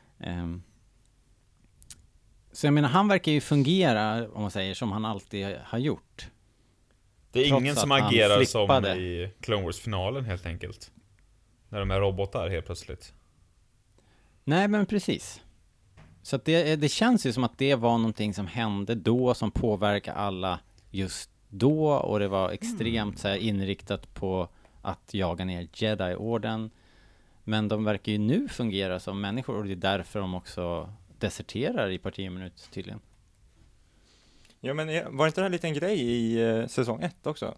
S2: Så jag menar, han verkar ju fungera, om man säger, som han alltid har gjort.
S1: Det är ingen som agerar som i Clone Wars-finalen helt enkelt. När de är robotar helt plötsligt. Nej,
S2: men precis. Så att det känns ju som att det var någonting som hände då, som påverkar alla just då, och det var extremt så här inriktat på att jaga ner Jedi-orden. Men de verkar ju nu fungera som människor, och det är därför de också deserterar i parti minut tydligen.
S3: Ja, men var inte det här en liten grej i säsong 1 också?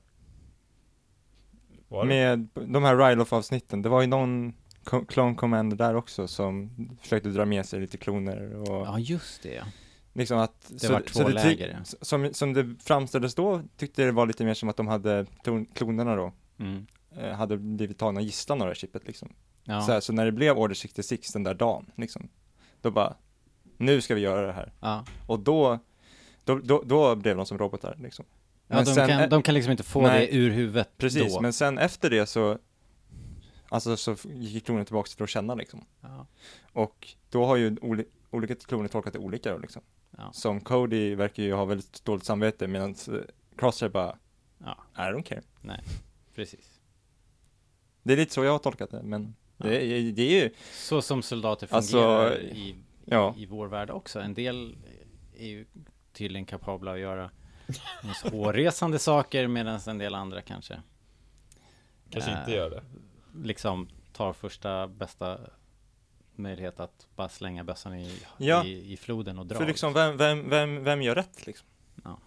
S3: Med de här Ryloth-avsnitten. Det var ju någon Clone Commander där också som försökte dra med sig lite kloner. Och
S2: ja, just det.
S3: Liksom att,
S2: det var två läger.
S3: Som det framställdes då, tyckte det var lite mer som att de hade klonerna då. Hade blivit tagna gisslan av det chippet liksom. Ja. Så när det blev Order 66 den där dagen liksom, då bara, nu ska vi göra det här. Ja. Och då blev de som robotar liksom.
S2: Men de kan liksom inte få det ur huvudet.
S3: Precis,
S2: då.
S3: Men sen efter det så gick klonen tillbaka till att känna liksom. Ja. Och då har ju olika kloner tolkat det olika då liksom. Ja. Som Cody verkar ju ha väldigt dåligt samvete, medan Crosshair bara I don't care.
S2: Nej, precis.
S3: Det är lite så jag har tolkat det, men det är ju
S2: så som soldater fungerar i vår värld också. En del är ju tydligen kapabla att göra hårresande saker, medan en del andra kanske
S1: inte gör det.
S2: Liksom tar första bästa möjlighet att bara slänga bössan i floden och dra.
S3: För liksom, vem gör rätt liksom? Ja.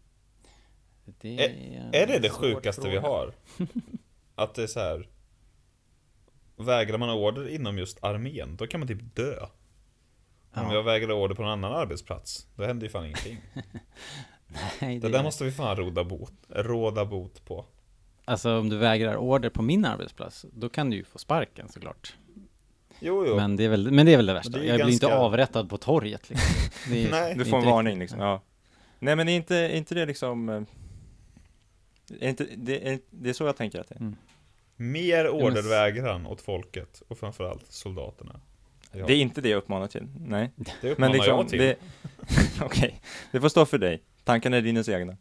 S1: Är det sjukaste fråga vi har? Att det är så här, vägrar man order inom just armén, då kan man typ dö. Om jag vägrar order på en annan arbetsplats, då händer ju fan ingenting. Nej, det där måste vi fan råda bot på.
S2: Alltså om du vägrar order på min arbetsplats, då kan du ju få sparken såklart.
S1: Jo.
S2: Men det är väl det värsta. Jag blir inte avrättad på torget liksom.
S3: Nej, du får en varning liksom. Ja. Nej, men är inte det liksom... Det är så jag tänker att det är.
S1: Mer ordervägran åt folket och framförallt soldaterna.
S3: Ja. Det är inte det jag uppmanar till. Nej.
S1: Det uppmanar liksom, jag till.
S3: Okej, det får stå för dig. Tankarna är dina egna.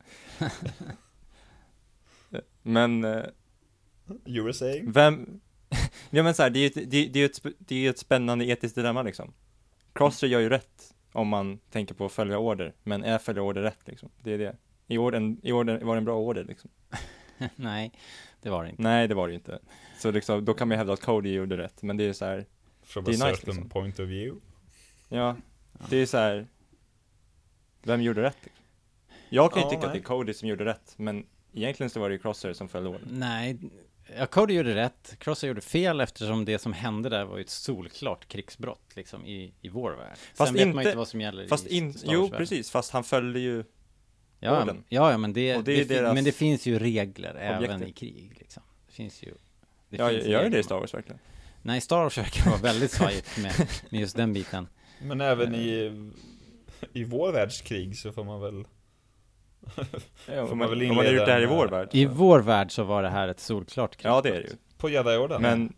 S3: Men...
S1: You were saying?
S3: Ja, men så här, det är ju ett spännande etiskt dilemma liksom. Crosser gör ju rätt om man tänker på att följa order. Men är följa order rätt liksom? Det är det. I orden var det en bra order liksom.
S2: Nej, det var det inte.
S3: Nej, det var det inte. Så liksom, då kan man ju hävda att Cody gjorde rätt. Men det är så här...
S1: From a certain liksom. Point of view.
S3: Ja, det är så här... Vem gjorde rätt? Liksom? Jag kan ju tycka att det är Cody som gjorde rätt. Men egentligen så var det ju Crosser som följde order.
S2: Nej, Cody gjorde rätt. Crosser gjorde fel eftersom det som hände där var ju ett solklart krigsbrott liksom i vår värld.
S3: Fast
S2: sen vet man inte vad som gäller
S3: jo, precis. Fast han följde ju orden.
S2: Ja, men men det finns ju regler även i krig liksom. Det finns ju...
S3: Gör det i Star Wars verkligen?
S2: Nej, Star Wars verkar vara väldigt svajigt med just den biten.
S1: Men även i vår världskrig så får man väl...
S3: får man väl inleda... Om man har gjort det här i vår värld.
S2: I vår värld så var det här ett solklart krig.
S3: Ja, det är det ju.
S1: På Jedi-orden.
S3: Men...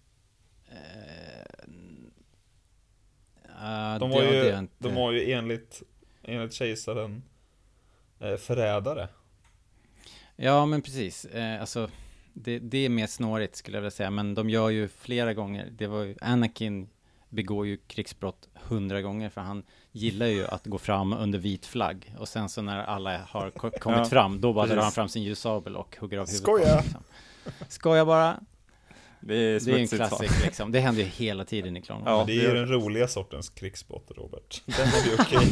S1: de var ju enligt kejsaren förrädare.
S2: Ja, men precis. Alltså... Det är mer snårigt skulle jag vilja säga, men de gör ju flera gånger. Det var ju, Anakin begår ju krigsbrott 100 gånger för han gillar ju att gå fram under vit flagg och sen så när alla har kommit fram, då bara drar han fram sin ljussabel och hugger av huvudet.
S1: Skoja!
S2: Liksom. Skoja bara.
S3: Det är
S2: en klassik liksom. Det händer ju hela tiden i Clone Wars.
S1: Ja, det är ju den roliga sortens krigsbrott, Robert. Den är ju okej.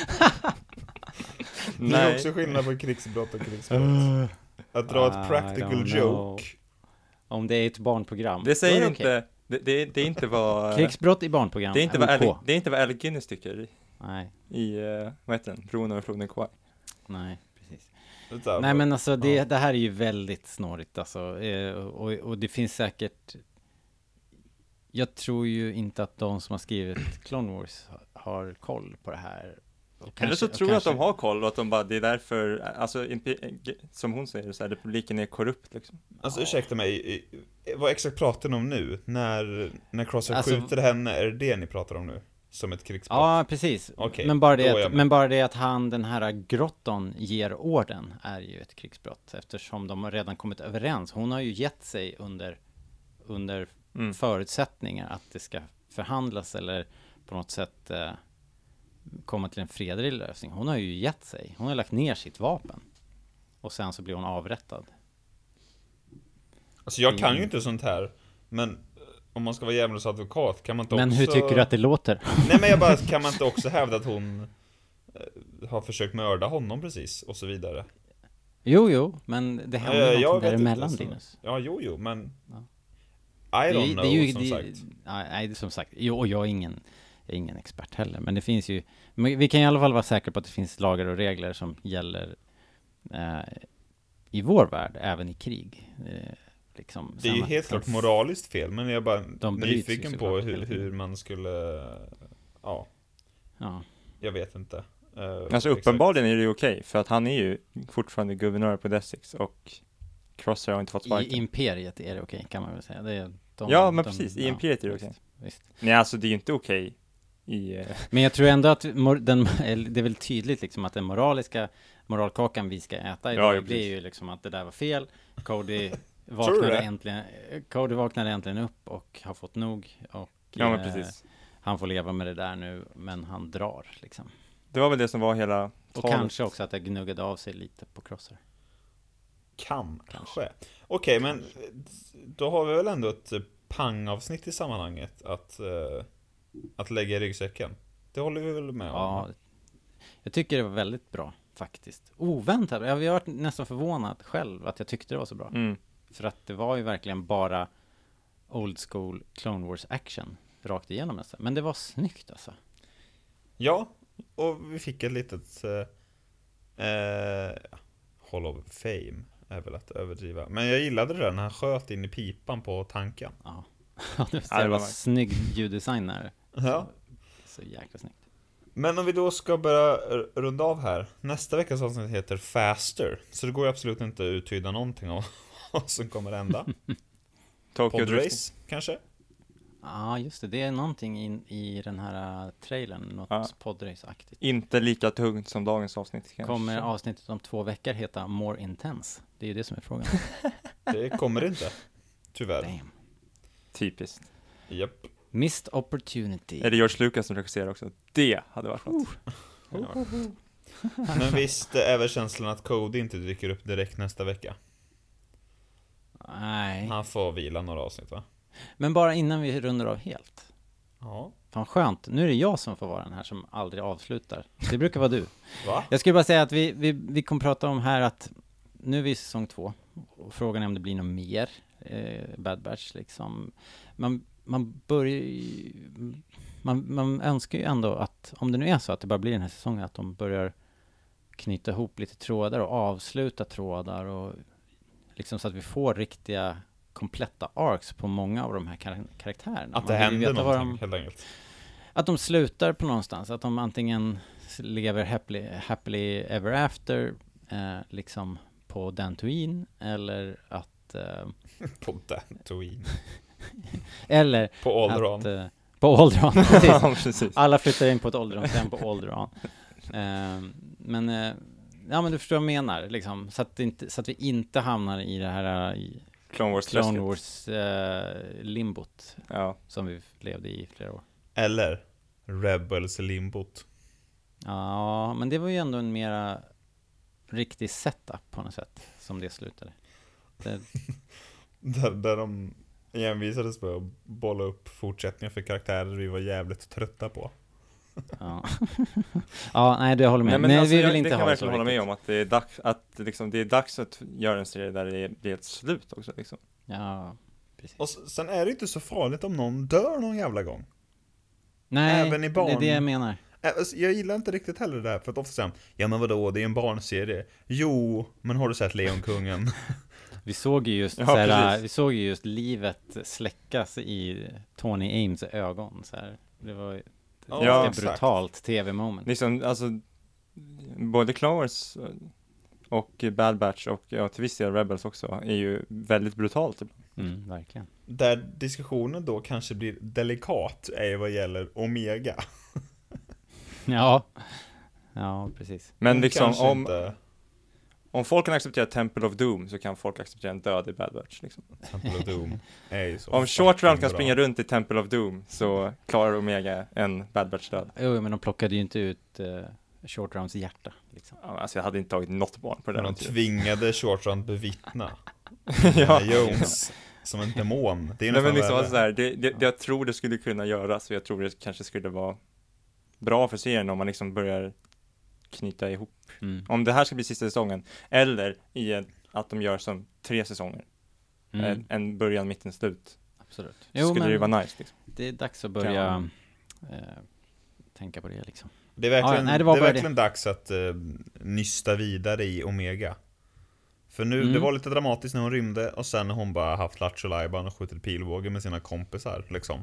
S1: Det är också skillnad på krigsbrott och krigsbrott. Att dra ett practical joke.
S2: Om det är ett barnprogram.
S3: Det säger inte det är inte vad
S2: krigsbrott i barnprogram.
S3: Det är inte vad Alec Guinness tycker.
S2: Nej.
S3: I vad heter den? Bron över floden Kwai.
S2: Nej, precis. Nej, men alltså det här är ju väldigt snårigt alltså, och det finns säkert, jag tror ju inte att de som har skrivit Clone Wars har koll på det här.
S3: Eller så tror jag att de har koll och att de bara, det är därför, alltså som hon säger så här, republiken är korrupt liksom.
S1: Alltså ursäkta mig, vad exakt pratar ni om nu? När Crosser skjuter henne, är det ni pratar om nu? Som ett krigsbrott?
S2: Ja, precis.
S1: Okay,
S2: men bara det att han, den här grotton, ger orden är ju ett krigsbrott eftersom de har redan kommit överens. Hon har ju gett sig under förutsättningar att det ska förhandlas eller på något sätt komma till en fredlig lösning. Hon har ju gett sig. Hon har lagt ner sitt vapen. Och sen så blir hon avrättad.
S1: Alltså jag kan ju inte sånt här. Men om man ska vara djävulens advokat kan man inte
S2: men också... hur tycker du att det låter?
S1: Nej, men kan man inte också hävda att hon har försökt mörda honom precis och så vidare?
S2: Jo, men det händer något däremellan, Linus.
S1: Ja, jo, men I don't know, som sagt.
S2: Nej, som sagt. Jo, och jag är ingen expert heller, men det finns ju, vi kan i alla fall vara säkra på att det finns lagar och regler som gäller i vår värld, även i krig. Liksom,
S1: det är ju helt klart moraliskt fel, men jag är bara nyfiken på hur man skulle, ja. Jag vet inte.
S3: Alltså uppenbarligen är det okej, för att han är ju fortfarande guvernör på Desix och Crosser har inte fått sparken.
S2: I Imperiet är det okej, kan man väl säga. Det är
S3: ja, men precis, i Imperiet är det okej.
S2: Visst.
S3: Nej, alltså det är inte okej.
S2: Men jag tror ändå att det är väl tydligt liksom att den moralkakan vi ska äta idag, det är ju liksom att det där var fel. Cody vaknade äntligen upp och har fått nog och han får leva med det där nu, men han drar liksom.
S3: Det var väl det som var hela
S2: talet. Och kanske också att det gnuggade av sig lite på Crosser.
S1: Kanske. Okej, men då har vi väl ändå ett pangavsnitt i sammanhanget att lägga i ryggsäcken. Det håller vi väl med om?
S2: Ja, jag tycker det var väldigt bra faktiskt. Oväntat. Jag har varit nästan förvånad själv att jag tyckte det var så bra. För att det var ju verkligen bara old school Clone Wars action rakt igenom nästan. Men det var snyggt alltså.
S1: Ja, och vi fick ett litet Hall of Fame är väl att överdriva. Men jag gillade det där när han sköt in i pipan på tanken.
S2: Ja, det var snygg ljuddesign där.
S1: Ja.
S2: Så jäkla snyggt.
S1: Men om vi då ska börja runda av här. Nästa veckas avsnitt heter Faster. Så det går ju absolut inte att uttyda någonting av vad som kommer hända. Podrace kanske?
S2: Ja, just det. Det är någonting i den här trailern. Något podrace-aktigt.
S3: Inte lika tungt som dagens avsnitt kanske.
S2: Kommer avsnittet om 2 veckor heta More Intense? Det är ju det som är frågan.
S1: Det kommer det inte. Tyvärr.
S2: Damn.
S3: Typiskt.
S1: Japp.
S2: Missed opportunity.
S3: Är det George Lucas som regisserar också? Det hade varit något.
S1: Men visst är väl känslan att Cody inte dyker upp direkt nästa vecka.
S2: Nej.
S1: Han får vila några avsnitt, va?
S2: Men bara innan vi rundar av helt.
S1: Ja.
S2: Fan skönt. Nu är det jag som får vara den här som aldrig avslutar. Det brukar vara du.
S1: Va?
S2: Jag skulle bara säga att vi kommer prata om här att nu är vi i säsong 2. Och frågan är om det blir något mer Bad Batch liksom. Man börjar ju, man önskar ju ändå att om det nu är så att det bara blir den här säsongen att de börjar knyta ihop lite trådar och avsluta trådar och liksom så att vi får riktiga kompletta arcs på många av de här karaktärerna.
S1: Att det händer någonting helt enkelt.
S2: Att de slutar på någonstans, att de antingen lever happily ever after liksom på Dantooine eller att
S1: på Dantooine.
S2: Eller
S1: på Alderaan.
S2: På Alderaan, precis.
S3: Ja, precis.
S2: Alla flyttar in på ett ålderdomshem på Alderaan. Men ja, men du förstår vad jag menar liksom, så att vi inte hamnar i det här
S3: Clone
S2: Wars limbot som vi levde i flera år.
S1: Eller Rebels limbot.
S2: Ja, men det var ju ändå en mera riktig setup på något sätt som det slutade.
S1: Där de envisades på att bolla upp fortsättningar för karaktärer vi var jävligt trötta på.
S2: Ja. Ja, nej, det håller med.
S3: Nej, men
S2: nej,
S3: alltså,
S2: vi vill inte
S3: det kan
S2: ha
S3: verkligen hålla med om att det är dags det är dags att göra en serie där det blir ett slut också liksom.
S2: Ja, precis.
S1: Och sen är det inte så farligt om någon dör någon jävla gång.
S2: Nej,
S1: även i barn.
S2: det är det jag menar.
S1: Jag gillar inte riktigt heller det här, för att ofta säger ja men vadå, det är en barnserie. Jo, men har du sett Lejonkungen?
S2: Vi såg ju just livet släckas i Tony Ames ögon så här. Det var ett ganska brutalt tv-moment.
S3: Liksom, alltså både Clone Wars och Bad Batch och till viss del Rebels också är ju väldigt brutalt.
S2: Verkligen.
S1: Där diskussionen då kanske blir delikat är vad gäller Omega.
S2: Ja, precis.
S3: Men liksom om folk kan acceptera Temple of Doom så kan folk acceptera en död i Bad Batch liksom.
S1: Temple of Doom är ju så.
S3: Om Short Round kan springa runt i Temple of Doom så klarar Omega en Bad Batch död.
S2: Jo, men de plockade ju inte ut Short Rounds hjärta liksom.
S3: Ja, alltså jag hade inte tagit något barn på det.
S1: Men de tvingade Short Round bevittna. Jones som en demon. Det är
S3: nej, men liksom så här, jag tror det skulle kunna göras, och jag tror det kanske skulle vara bra för serien om man liksom börjar knyta ihop. Om det här ska bli sista säsongen eller att de gör som 3 säsonger. En början, mitten, slut.
S2: Absolut.
S3: Skulle det vara nice liksom.
S2: Det är dags att börja tänka på det liksom.
S1: Det är verkligen dags att nysta vidare i Omega. För nu, det var lite dramatiskt när hon rymde och sen har hon bara haft Lattjo Lajban och skjutit pilbåge med sina kompisar liksom.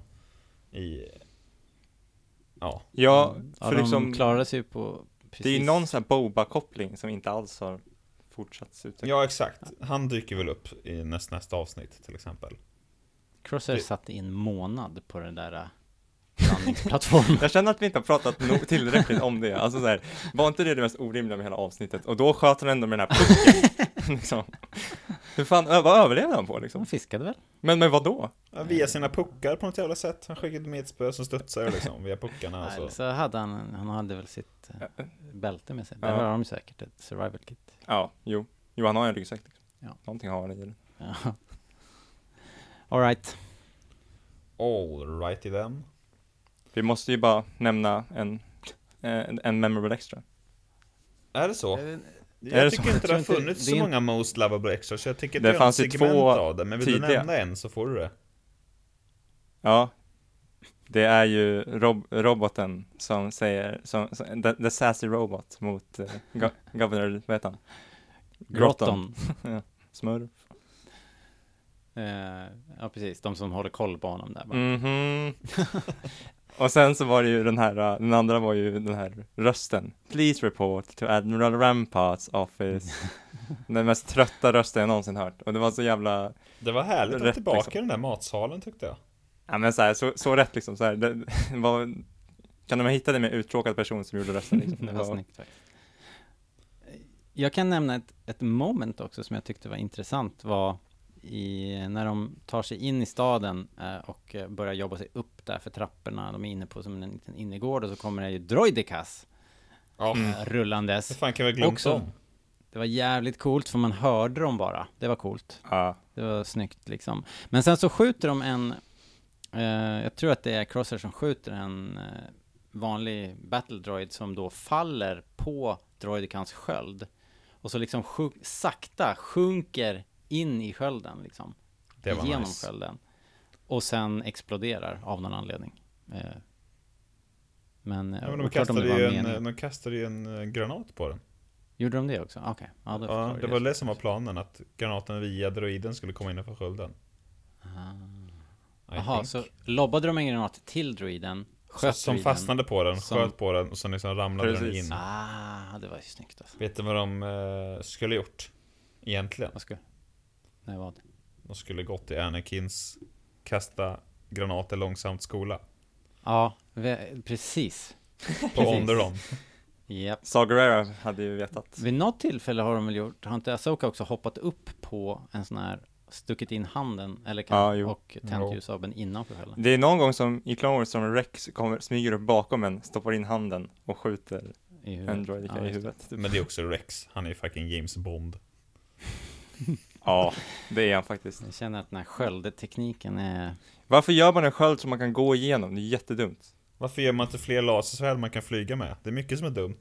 S2: För liksom klarade sig på precis.
S3: Det är någon sån här Boba-koppling som inte alls har fortsatt ut.
S1: Ja, exakt. Han dyker väl upp i nästa avsnitt till exempel.
S2: Crosshair satt i en månad på den där landningsplattformen.
S3: Jag känner att vi inte har pratat tillräckligt om det. Alltså så här, var inte det mest orimliga med hela avsnittet? Och då sköt han ändå med den här pucken. Liksom. Hur fan, vad överlevde han på liksom?
S2: Han fiskade väl?
S3: Men vad då?
S1: Ja, via sina puckar på något jävla sätt. Han skickade med ett spö som studsar liksom via puckarna.
S2: Så hade han hade väl sitt bälte med sig. Där har de säkert ett survival kit.
S3: Ja, jo han har en ryggsäck liksom.
S2: Ja.
S3: Någonting har han i den.
S2: Ja. All
S1: righty then.
S3: Vi måste ju bara nämna en memorable extra.
S1: Är det så? Jag tycker inte det har funnits så många most lovable extras, så jag tycker
S3: det fanns
S1: ett segment
S3: 2
S1: av det. Men vill du nämna en så får du det.
S3: Ja. Det är ju roboten som säger the sassy robot mot Governor, vad heter han?
S2: Grotton.
S3: Smurf.
S2: Ja, precis. De som håller koll på honom där.
S3: Och sen så var det ju den andra var ju den här rösten. Please report to Admiral Ramparts office. Den mest trötta rösten jag någonsin hört. Och det var så jävla...
S1: Det var härligt att vara tillbaka
S3: liksom
S1: i den där matsalen, tyckte jag.
S3: Ja, men så rätt liksom. Så här, det var... Kan de hitta det med uttråkad person som gjorde rösten? Liksom?
S2: Det var snyggt faktiskt. Jag kan nämna ett moment också som jag tyckte var intressant. Var när de tar sig in i staden och börjar jobba sig upp där för trapporna. De är inne på som en liten innergård och så kommer det ju droidekas rullandes.
S1: Det fan kan vi glömt om.
S2: Det var jävligt coolt för man hörde dem bara. Det var coolt. Det var snyggt liksom. Men sen så skjuter de jag tror att det är Crosser som skjuter en vanlig battle droid som då faller på droidekans sköld. Och så liksom sakta sjunker in i skölden liksom.
S1: Det var
S2: genom
S1: nice.
S2: skölden. Och sen exploderar av någon anledning. Men
S1: de kastade ju en granat på den.
S2: Gjorde de det också? Okej.
S1: Ja, det var det som var planen, att granaten via droiden skulle komma innanför skölden.
S2: Jaha, så lobbade de en granat till droiden,
S1: som fastnade på den, sköt på den och sen liksom ramlade den in.
S2: Det var ju snyggt alltså.
S1: Vet du vad de skulle gjort egentligen?
S2: Vad?
S1: De skulle gått till Anakins kasta granater långsamt skola.
S2: Ja, precis.
S1: På Onderon.
S2: Yep.
S3: Saw Gerrera hade ju vetat.
S2: Vid något tillfälle har de väl gjort, har inte Ahsoka också hoppat upp på en sån här, stuckit in handen eller och tänt ljusabeln innanför skölden?
S3: Det är någon gång som i Clone Wars som Rex smyger upp bakom en, stoppar in handen och skjuter en droid i huvudet.
S1: Men det är också Rex, han är ju fucking James Bond.
S3: Ja, det är han faktiskt.
S2: Jag känner att den här sköldetekniken är...
S3: Varför gör man en sköld som man kan gå igenom? Det är jättedumt.
S1: Varför gör man inte fler lasersvärd man kan flyga med? Det är mycket som är dumt.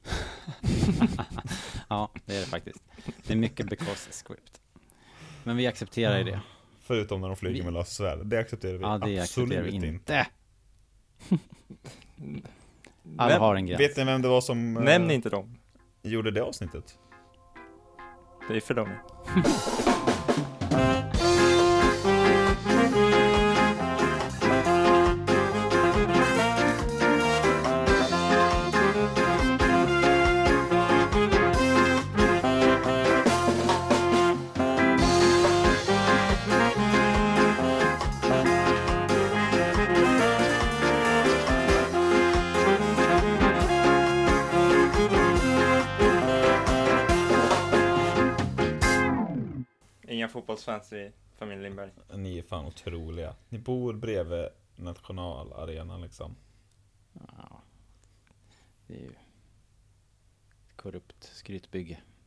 S2: Ja, det är det faktiskt. Det är mycket because script. Men vi accepterar det.
S1: Förutom när de flyger med lasersvärd. Det accepterar vi absolut
S2: accepterar vi
S1: inte.
S2: Alla har en gräns.
S1: Vet ni vem det var som...
S3: Nämn inte dem.
S1: Gjorde det avsnittet?
S3: Det är för dem. Fotbollsfans i familjen Lindberg.
S1: Ni är fan otroliga. Ni bor bredvid nationalarenan liksom.
S2: Ja. Det är ju korrupt skrytbygge.